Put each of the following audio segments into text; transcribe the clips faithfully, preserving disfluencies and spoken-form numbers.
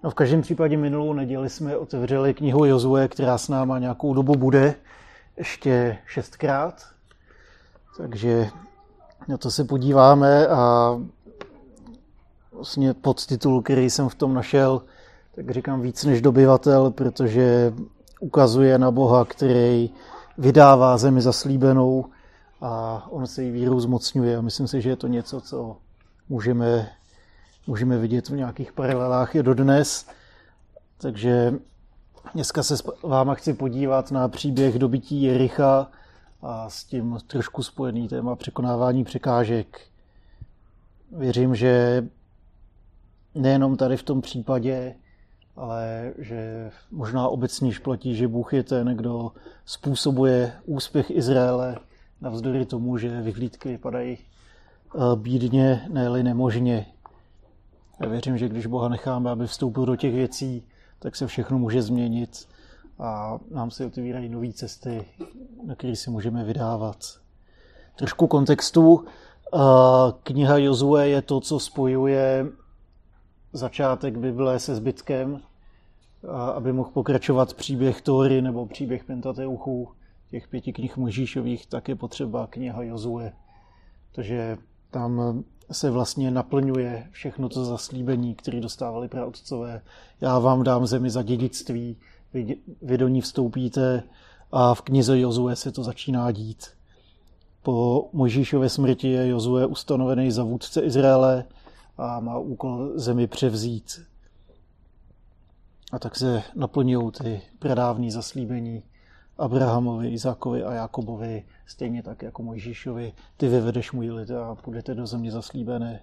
No v každém případě minulou neděli jsme otevřeli knihu Jozue, která s náma nějakou dobu bude, ještě šestkrát. Takže na to se podíváme a vlastně podtitul, který jsem v tom našel, tak říkám víc než dobyvatel, protože ukazuje na Boha, který vydává zemi zaslíbenou a on se jí vírou zmocňuje. A myslím si, že je to něco, co můžeme, můžeme vidět v nějakých paralelách i dodnes. Takže dneska se s váma chci podívat na příběh dobytí Jericha a s tím trošku spojený téma překonávání překážek. Věřím, že nejenom tady v tom případě, ale že možná obecnější platí, že Bůh je ten, kdo způsobuje úspěch Izraele navzdory tomu, že vyhlídky vypadají bídně, ne-li nemožně. Já věřím, že když Boha necháme, aby vstoupil do těch věcí, tak se všechno může změnit a nám se otevírají nové cesty, na které si můžeme vydávat. Trošku kontextu. Kniha Jozue je to, co spojuje začátek Bible se zbytkem, aby mohl pokračovat příběh Tóry nebo příběh Pentateuchu, těch pěti knih Mojžíšových, tak je potřeba kniha Jozue. Takže tam se vlastně naplňuje všechno to zaslíbení, které dostávali praotcové. Já vám dám zemi za dědictví, vy, vy do ní vstoupíte a v knize Jozue se to začíná dít. Po Mojžíšově smrti je Jozue ustanovený za vůdce Izraele a má úkol zemi převzít. A tak se naplňují ty pradávné zaslíbení Abrahamovi, Izákovi a Jakobovi, stejně tak jako Mojžíšovi. Ty vyvedeš můj lid a půjdete do země zaslíbené.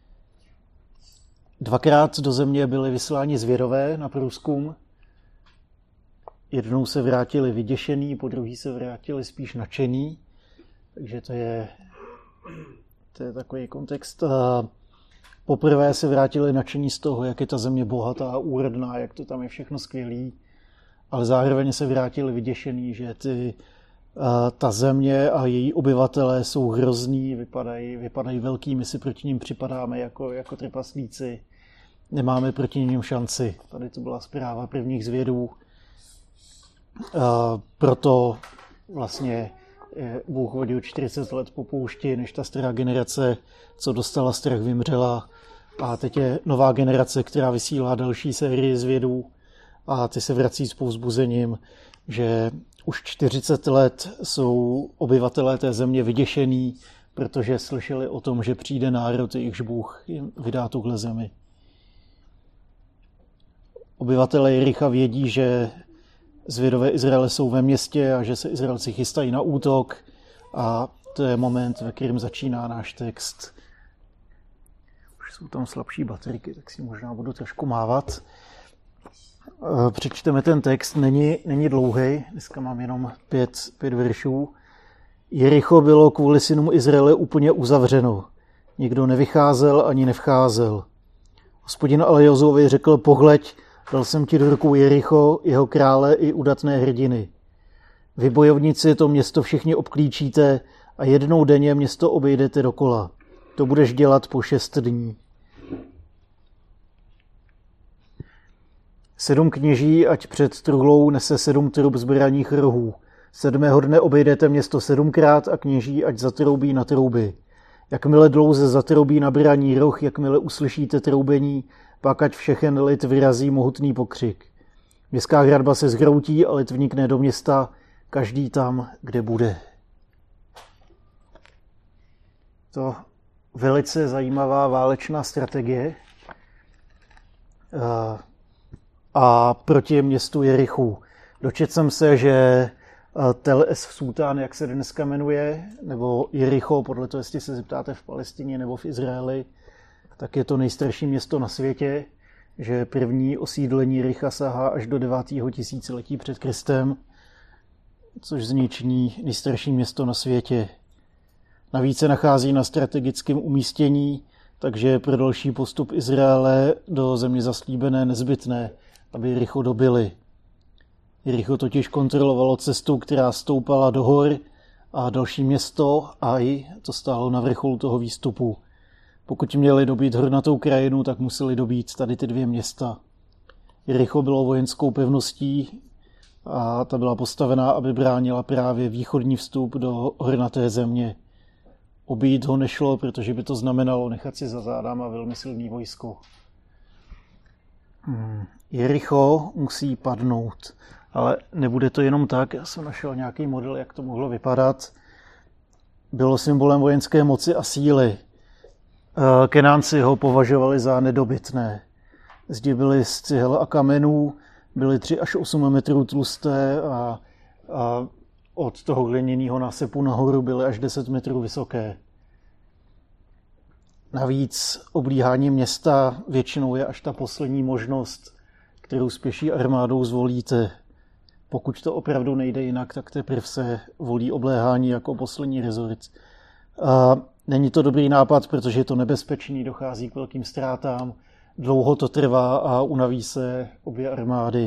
Dvakrát do země byly vysláni zvědové na průzkum. Jednou se vrátili vyděšený, po druhý se vrátili spíš nadšený. Takže to je, to je takový kontext. Poprvé se vrátili nadšení z toho, jak je ta země bohatá a úrodná, jak to tam je všechno skvělý. Ale zároveň se vrátili vyděšený, že ty, ta země a její obyvatelé jsou hrozný, vypadají, vypadají velký, my si proti nim připadáme jako, jako trpaslíci. Nemáme proti nim šanci. Tady to byla zpráva prvních zvědů. Proto vlastně Bůh vodil čtyřicet let po poušti, než ta stará generace, co dostala strach, vymřela. A teď je nová generace, která vysílá další sérii zvědů. A ty se vrací s povzbuzením, že už čtyřicet let jsou obyvatelé té země vyděšení, protože slyšeli o tom, že přijde národ, jejichž Bůh jim vydá tuhle zemi. Obyvatelé Jericha vědí, že zvědové Izraele jsou ve městě a že se Izraelci chystají na útok a to je moment, ve kterém začíná náš text. Už jsou tam slabší baterky, tak si možná budu trošku mávat. Přečteme ten text, není, není dlouhý, dneska mám jenom pět, pět veršů. Jericho bylo kvůli synům Izraele úplně uzavřeno. Nikdo nevycházel ani nevcházel. Hospodin ale Jozuovi řekl, pohleď, dal jsem ti do rukou Jericho, jeho krále i udatné hrdiny. Vy bojovníci to město všichni obklíčíte a jednou denně město obejdete dokola. To budeš dělat po šest dní. Sedm kněží, ať před truhlou nese sedm trub zbraních rohů. Sedmého dne obejdete město sedmkrát a kněží, ať zatroubí na trouby. Jakmile dlouze zatroubí na braní roh, jakmile uslyšíte troubení, pak ať všechen lid vyrazí mohutný pokřik. Městská hradba se zhroutí a lid vnikne do města, každý tam, kde bude. To velice zajímavá válečná strategie a proti městu Jerichu. Dočetl jsem se, že Tel es Sultán, jak se dneska jmenuje, nebo Jericho, podle toho, jestli se zeptáte v Palestině nebo v Izraeli, tak je to nejstarší město na světě, že první osídlení Jericha sahá až do devátého tisíciletí před Kristem, což zničí nejstarší město na světě. Navíc se nachází na strategickém umístění, takže pro další postup Izraele do země zaslíbené nezbytné, aby Jericho dobyli. Jericho totiž kontrolovalo cestu, která stoupala do hor a další město Aj, to stálo na vrcholu toho výstupu. Pokud měli dobít hornatou krajinu, tak museli dobít tady ty dvě města. Jericho bylo vojenskou pevností a ta byla postavená, aby bránila právě východní vstup do hornaté země. Obejít ho nešlo, protože by to znamenalo nechat si za zádama velmi silný vojsko. Hmm. Jericho musí padnout, ale nebude to jenom tak. Já jsem našel nějaký model, jak to mohlo vypadat. Bylo symbolem vojenské moci a síly. Kenánci ho považovali za nedobytné. Zdi byly z cihel a kamenů, byly tři až osm metrů tlusté a, a od toho hliněného násepu nahoru byly až deset metrů vysoké. Navíc oblíhání města většinou je až ta poslední možnost, kterou s pěší armádou zvolíte. Pokud to opravdu nejde jinak, tak teprve se volí obléhání jako poslední rezort. A není to dobrý nápad, protože je to nebezpečný, dochází k velkým ztrátám, dlouho to trvá a unaví se obě armády.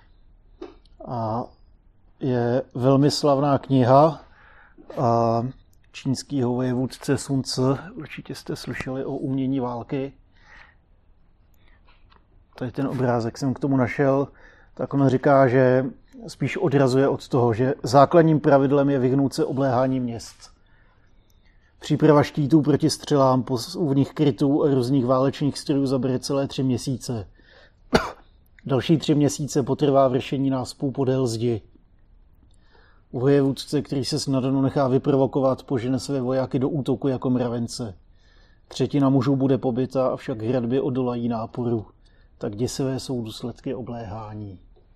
A je velmi slavná kniha a čínského vévůdce Sun Tzu, určitě jste slyšeli o umění války. Tady ten obrázek jsem k tomu našel, tak on říká, že spíš odrazuje od toho, že základním pravidlem je vyhnout se obléhání měst. Příprava štítů proti střelám, posuvních krytů a různých válečných strojů zabere celé tři měsíce. Další tři měsíce potrvá vršení náspů podél zdi. Vojevůdce, který se snadno nechá vyprovokovat, požene své vojáky do útoku jako mravence. Třetina mužů bude pobyta, avšak hradby odolají náporu. Tak děsivé jsou důsledky obléhání.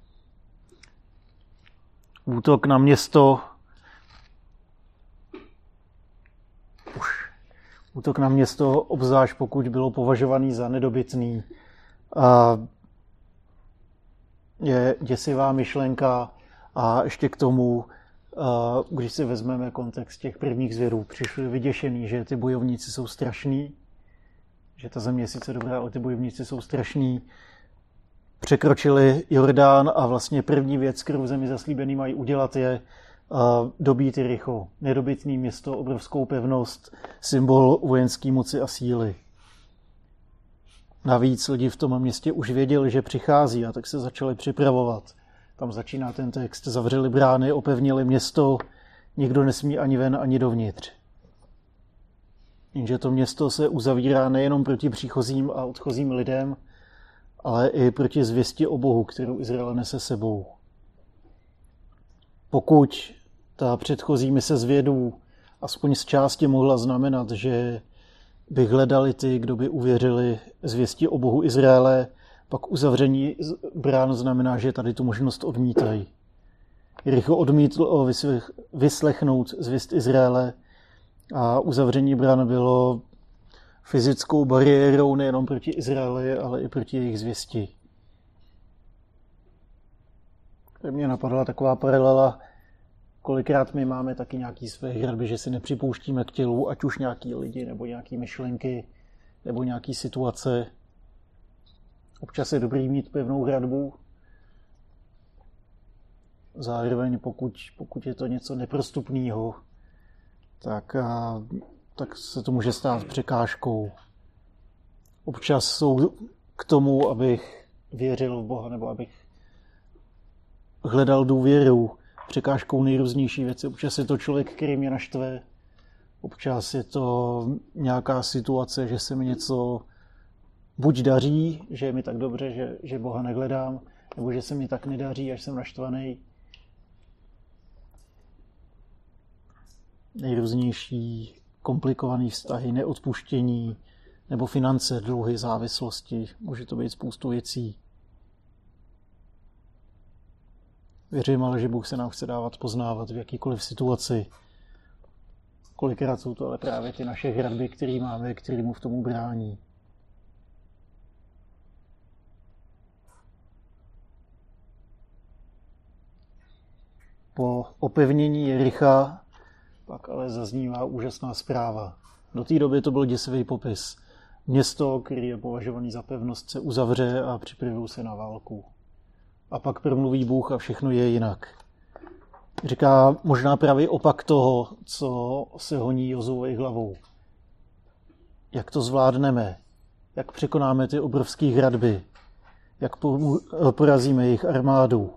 Útok na město už útok na město, obzvlášť pokud bylo považovaný za nedobytný, a je děsivá myšlenka. A ještě k tomu, když si vezmeme kontext těch prvních zvěrů, přišli vyděšený, že ty bojovníci jsou strašní, že ta země je sice dobrá, ale ty bojovníci jsou strašní. Překročili Jordán a vlastně první věc, kterou zemi zaslíbený mají udělat, je dobít Jericho. Nedobytné město, obrovskou pevnost, symbol vojenské moci a síly. Navíc lidi v tom městě už věděli, že přichází, a tak se začali připravovat. Tam začíná ten text. Zavřeli brány, opevnili město, nikdo nesmí ani ven, ani dovnitř. Jenže to město se uzavírá nejenom proti příchozím a odchozím lidem, ale i proti zvěsti o Bohu, kterou Izrael nese sebou. Pokud ta předchozí mise zvědů aspoň z části mohla znamenat, že by hledali ty, kdo by uvěřili zvěsti o Bohu Izraele, pak uzavření brán znamená, že tady tu možnost odmítají. Jericho odmítl vyslechnout zvěst Izraele a uzavření brán bylo fyzickou bariérou nejenom proti Izraeli, ale i proti jejich zvěsti. Tak mě napadla taková paralela, kolikrát my máme taky nějaký své hradby, že si nepřipouštíme k tělu, ať už nějaký lidi, nebo nějaký myšlenky, nebo nějaký situace. Občas je dobrý mít pevnou hradbu. Zároveň pokud, pokud je to něco neprostupného, tak, a, tak se to může stát překážkou. Občas jsou k tomu, abych věřil v Boha, nebo abych hledal důvěru, překážkou nejrůznější věci. Občas je to člověk, který mě naštve. Občas je to nějaká situace, že se mi něco buď daří, že je mi tak dobře, že, že Boha nehledám, nebo že se mi tak nedaří, až jsem naštvaný. Nejrůznější komplikované vztahy, neodpuštění, nebo finance, dluhy, závislosti. Může to být spoustu věcí. Věřím ale, že Bůh se nám chce dávat poznávat v jakýkoliv situaci. Kolikrát jsou to ale právě ty naše hradby, které máme, které mu v tomu brání. Po opevnění Jericha pak ale zaznívá úžasná zpráva. Do té doby to byl děsivý popis. Město, který je považovaný za pevnost, se uzavře a připravují se na válku. A pak promluví Bůh a všechno je jinak. Říká možná pravý opak toho, co se honí Jozuovou hlavou. Jak to zvládneme? Jak překonáme ty obrovské hradby? jak porazíme jejich armádu.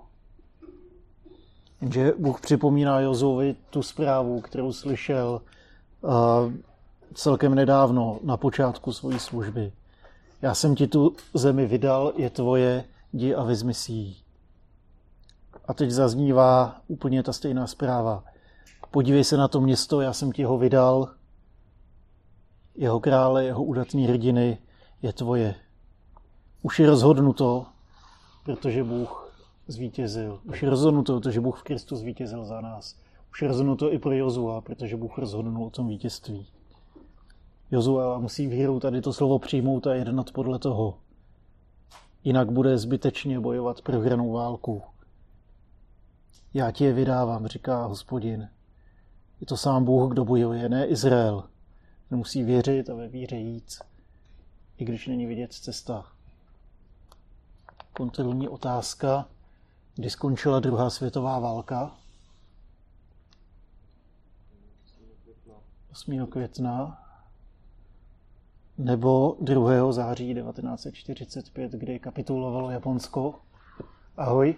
Jenže Bůh připomíná Jozuovi tu zprávu, kterou slyšel uh, celkem nedávno, na počátku své služby. Já jsem ti tu zemi vydal, je tvoje, jdi a vezmi si ji. A teď zaznívá úplně ta stejná zpráva. Podívej se na to město, já jsem ti ho vydal, jeho krále, jeho udatný hrdiny, je tvoje. Už je rozhodnuto, protože Bůh zvítězil. Už je rozhodnuto, protože Bůh v Kristu zvítězil za nás. Už je rozhodnuto i pro Jozua, protože Bůh rozhodnul o tom vítězství. Jozua musí vírou tady to slovo přijmout a jednat podle toho. Jinak bude zbytečně bojovat prohranou válku. Já ti je vydávám, říká Hospodin. Je to sám Bůh, kdo bojuje, ne Izrael. Ten musí věřit a ve víře jít, i když není vidět cesta. Kontrolní otázka, kdy skončila druhá světová válka. osmého května nebo druhého září devatenáct set čtyřicet pět, kdy kapitulovalo Japonsko. Ahoj.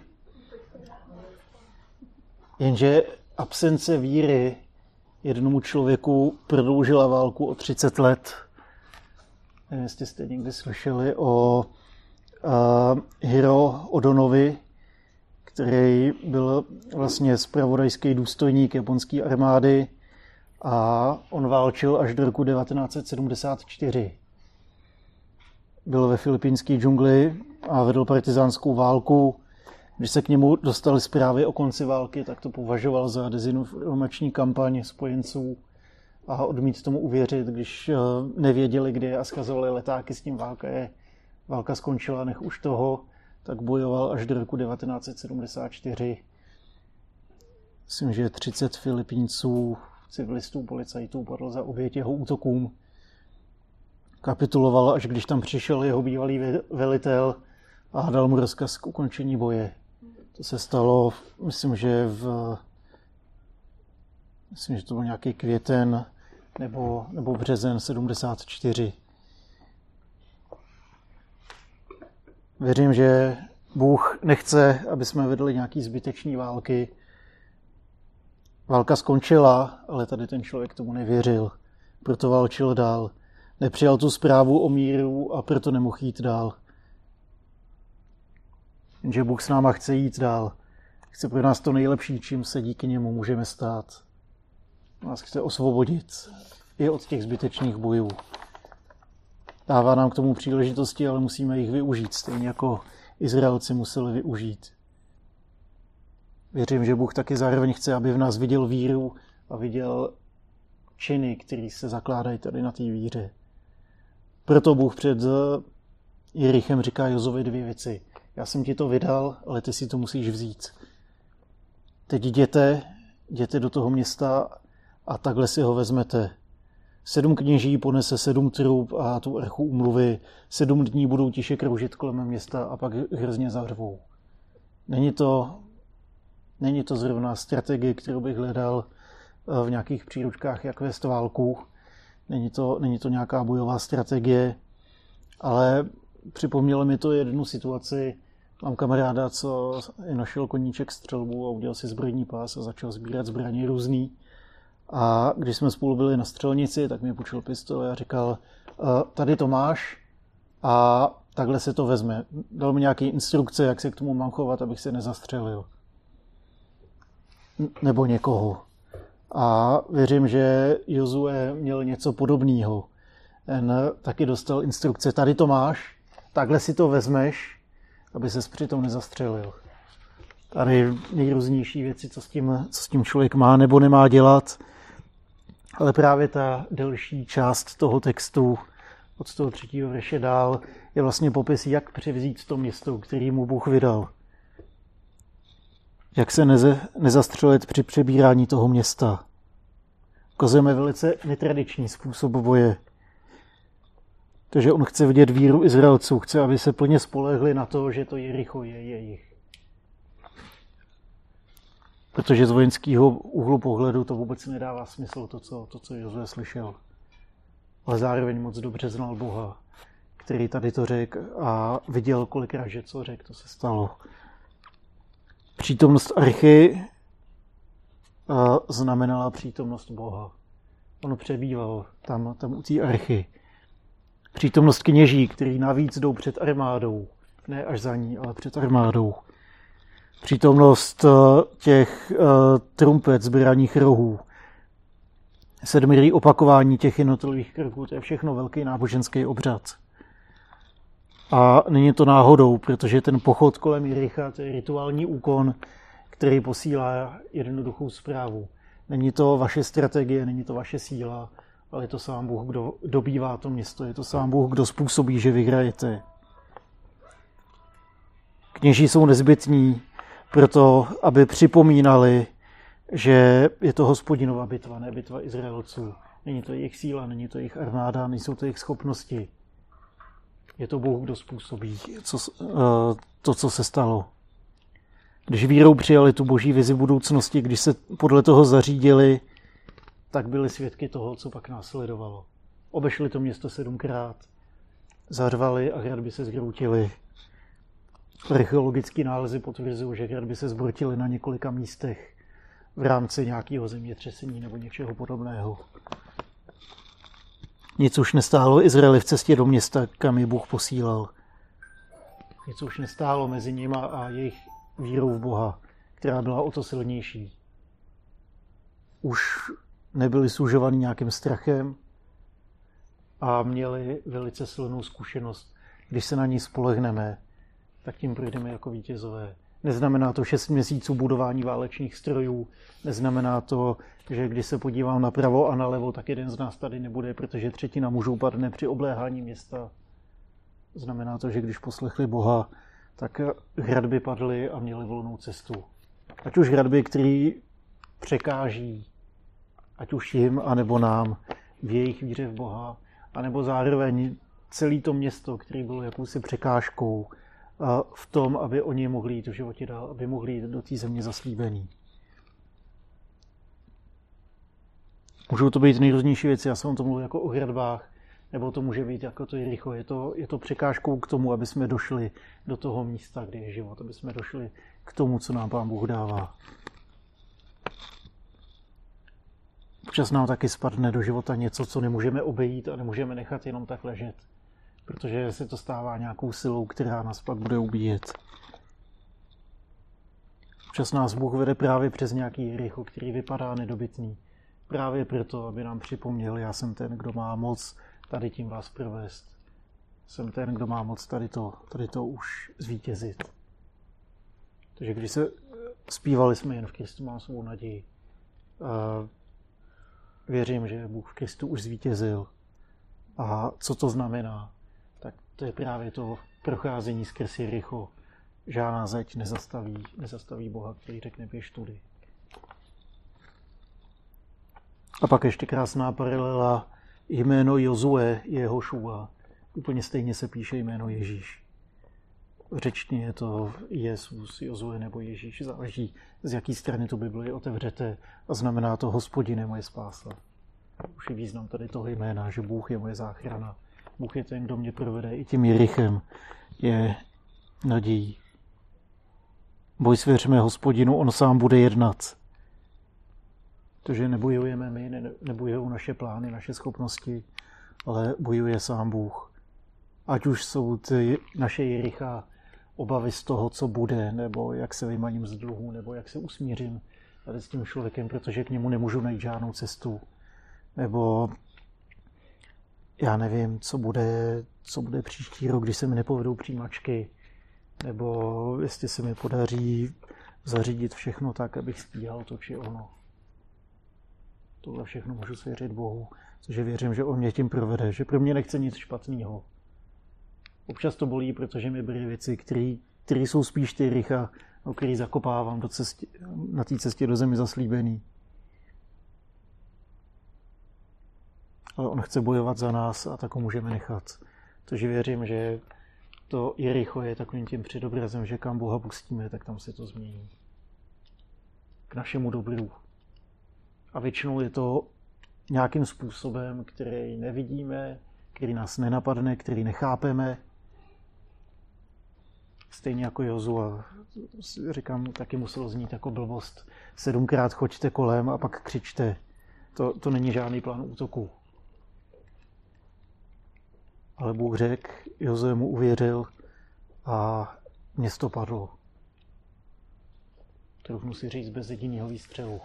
Jenže absence víry jednomu člověku prodloužila válku o třicet let. Nevím, jestli jste někdy slyšeli o uh, Hiro Odonovi, který byl vlastně zpravodajský důstojník japonské armády a on válčil až do roku devatenáct set sedmdesát čtyři. Byl ve filipínské džungli a vedl partizánskou válku. Když se k němu dostaly zprávy o konci války, tak to považoval za dezinformační kampaň spojenců a odmít tomu uvěřit, když nevěděli, kdy a zkazovali letáky s tím válka je. Válka skončila, nech už toho, tak bojoval až do roku devatenáct set sedmdesát čtyři. Myslím, že třicet Filipínců, civilistů, policajtů padlo za oběť jeho útokům. Kapituloval, až když tam přišel jeho bývalý velitel a dal mu rozkaz k ukončení boje. To se stalo, myslím, že v myslím, že to byl nějaký květen nebo, nebo březen sedmdesát čtyři. Věřím, že Bůh nechce, aby jsme vedli nějaký zbytečný války. Válka skončila, ale tady ten člověk tomu nevěřil. Proto válčil dál. Nepřijal tu zprávu o míru a proto nemohl jít dál. Jenže Bůh s náma chce jít dál. Chce pro nás to nejlepší, čím se díky němu můžeme stát. Nás chce osvobodit i od těch zbytečných bojů. Dává nám k tomu příležitosti, ale musíme jich využít, stejně jako Izraelci museli využít. Věřím, že Bůh taky zároveň chce, aby v nás viděl víru a viděl činy, které se zakládají tady na té víře. Proto Bůh před Jerichem říká Jozovi dvě věci. Já jsem ti to vydal, ale ty si to musíš vzít. Teď jděte, jděte do toho města a takhle si ho vezmete. Sedm kněží ponese sedm trub a tu archu úmluvy. Sedm dní budou tiše kroužit kolem města a pak hrozně zavřvou. Není to, není to zrovna strategie, kterou bych hledal v nějakých příručkách, jak vést válku. Není to, není to nějaká bojová strategie, ale připomnělo mi to jednu situaci. Mám kamaráda, co našel koníček střelbu a udělal si zbrojní pás a začal sbírat zbraně různý. A když jsme spolu byli na střelnici, tak mi půjčil pistoli a říkal, tady to máš a takhle se to vezme. Dal mi nějaké instrukce, jak se k tomu mám chovat, abych se nezastřelil. Nebo někoho. A věřím, že Jozue měl něco podobného. Ten taky dostal instrukce, tady to máš, takhle si to vezmeš, aby ses přitom nezastřelil. Tady nejrůznější věci, co s tím, co s tím člověk má nebo nemá dělat. Ale právě ta delší část toho textu od toho třetího verše dál je vlastně popis, jak převzít to město, který mu Bůh vydal. Jak se neze, nezastřelit při přebírání toho města. Ukazujeme velice netradiční způsob boje. Takže on chce vidět víru Izraelců, chce, aby se plně spolehli na to, že to Jericho je jejich. Protože z vojenského úhlu pohledu to vůbec nedává smysl, to, co, to, co Jozue slyšel. Ale zároveň moc dobře znal Boha, který tady to řekl a viděl kolikrát, že co řekl, to se stalo. Přítomnost archy znamenala přítomnost Boha. On přebýval tam, tam u té archy. Přítomnost kněží, který navíc jdou před armádou. Ne až za ní, ale před armádou. Přítomnost těch trumpet, zběraných rohů. Sedmirý opakování těch jednotlivých kroků, to je všechno velký náboženský obřad. A není to náhodou, protože ten pochod kolem Jericha, to je rituální úkon, který posílá jednoduchou zprávu. Není to vaše strategie, není to vaše síla, ale je to sám Bůh, kdo dobývá to město, je to sám Bůh, kdo způsobí, že vyhrajete. Kněží jsou nezbytní proto, aby připomínali, že je to Hospodinova bitva, ne bitva Izraelců. Není to jejich síla, není to jejich armáda, nejsou to jejich schopnosti. Je to Bůh, kdo způsobí co, to, co se stalo. Když vírou přijali tu boží vizi budoucnosti, když se podle toho zařídili, tak byli svědky toho, co pak následovalo. Obešli to město sedmkrát, zařvali a hradby se zhroutily. Archeologické nálezy potvrzují, že hradby se zbortily na několika místech v rámci nějakého zemětřesení nebo něčeho podobného. Nic už nestálo Izraeli v cestě do města, kam ji Bůh posílal. Nic už nestálo mezi nima a jejich vírou v Boha, která byla o to silnější. Už nebyli sužovaní nějakým strachem a měli velice silnou zkušenost. Když se na ní spolehneme, tak tím projdeme jako vítězové. Neznamená to šest měsíců budování válečných strojů, neznamená to, že když se podívám napravo a nalevo, tak jeden z nás tady nebude, protože třetina mužů padne při obléhání města. Znamená to, že když poslechli Boha, tak hradby padly a měly volnou cestu. Ať už hradby, které překáží, ať už jim, anebo nám, v jejich víře v Boha, anebo zároveň celé to město, které bylo jakousi překážkou v tom, aby oni mohli jít v životě dál, aby mohli jít do té země zaslíbený. Můžou to být nejrůznější věci, já jsem o tom mluvil jako o hradbách, nebo to může být jako to Jericho. Je to, je to překážkou k tomu, aby jsme došli do toho místa, kde je život, aby jsme došli k tomu, co nám Pán Bůh dává. Občas nám taky spadne do života něco, co nemůžeme obejít a nemůžeme nechat jenom tak ležet, protože se to stává nějakou silou, která nás pak bude ubíjet. Občas nás Bůh vede právě přes nějaký Jericho, který vypadá nedobytný. Právě proto, aby nám připomněl, já jsem ten, kdo má moc tady tím vás provést. Jsem ten, kdo má moc tady to, tady to už zvítězit. Takže když se zpívali jsme jen v Kristu mám svou naději. A věřím, že Bůh v Kristu už zvítězil. A co to znamená? Tak to je právě to procházení skrz Jericho. Žádná zeď nezastaví, nezastaví Boha, který řekne běž tudy. A pak ještě krásná paralela, jméno Jozue je Jošua. Úplně stejně se píše jméno Ježíš. V řečtině je to Jesus, Jozue nebo Ježíš. Záleží, z jaký strany tu Bibli otevřete a znamená to Hospodine moje spása. Už je význam tady toho jména, že Bůh je moje záchrana. Bůh je ten, kdo mě provede i tím Jerichem. Je nadějí. Boj svěřme Hospodinu, on sám bude jednat. Protože nebojujeme my, ne, nebojují naše plány, naše schopnosti, ale bojuje sám Bůh. Ať už jsou ty naše Jericha obavy z toho, co bude, nebo jak se vymaním z dluhu, nebo jak se usmířím tady s tím člověkem, protože k němu nemůžu najít žádnou cestu. Nebo já nevím, co bude, co bude příští rok, když se mi nepovedou přijímačky, nebo jestli se mi podaří zařídit všechno tak, abych stíhal to či ono. Tohle všechno můžu svěřit Bohu, protože věřím, že on mě tím provede, že pro mě nechce nic špatného. Občas to bolí, protože mi byly věci, které jsou spíš ty Jericha, o který zakopávám do cestě, na té cestě do zemi zaslíbený. Ale on chce bojovat za nás a tak ho můžeme nechat. Takže věřím, že to Jericho je takovým tím předobrazem, že kam Boha pustíme, tak tam se to změní. K našemu dobru. A většinou je to nějakým způsobem, který nevidíme, který nás nenapadne, který nechápeme. Stejně jako Jozua, říkám, taky muselo znít jako blbost. Sedmkrát choďte kolem a pak křičte. To, to není žádný plán útoku. Ale Bůh řekl, Jozue mu uvěřil a město padlo. Troufnu si říct bez jediného výstřelu.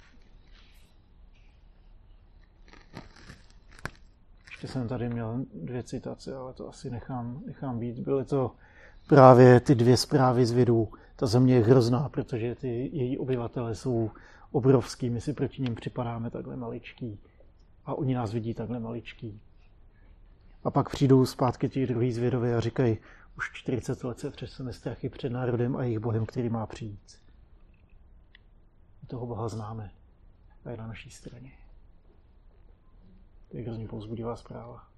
Ještě jsem tady měl dvě citace, ale to asi nechám, nechám být. Byly to právě ty dvě zprávy z videu. Ta země je hrozná, protože ty její obyvatele jsou obrovský. My si proti nim připadáme takhle maličký. A oni nás vidí takhle maličký. A pak přijdou zpátky ti druhý zvědovi a říkají, už čtyřicet let se třeseme strachy před národem a jejich Bohem, který má přijít. My toho Boha známe a je na naší straně. To je hrozně povzbudivá zpráva.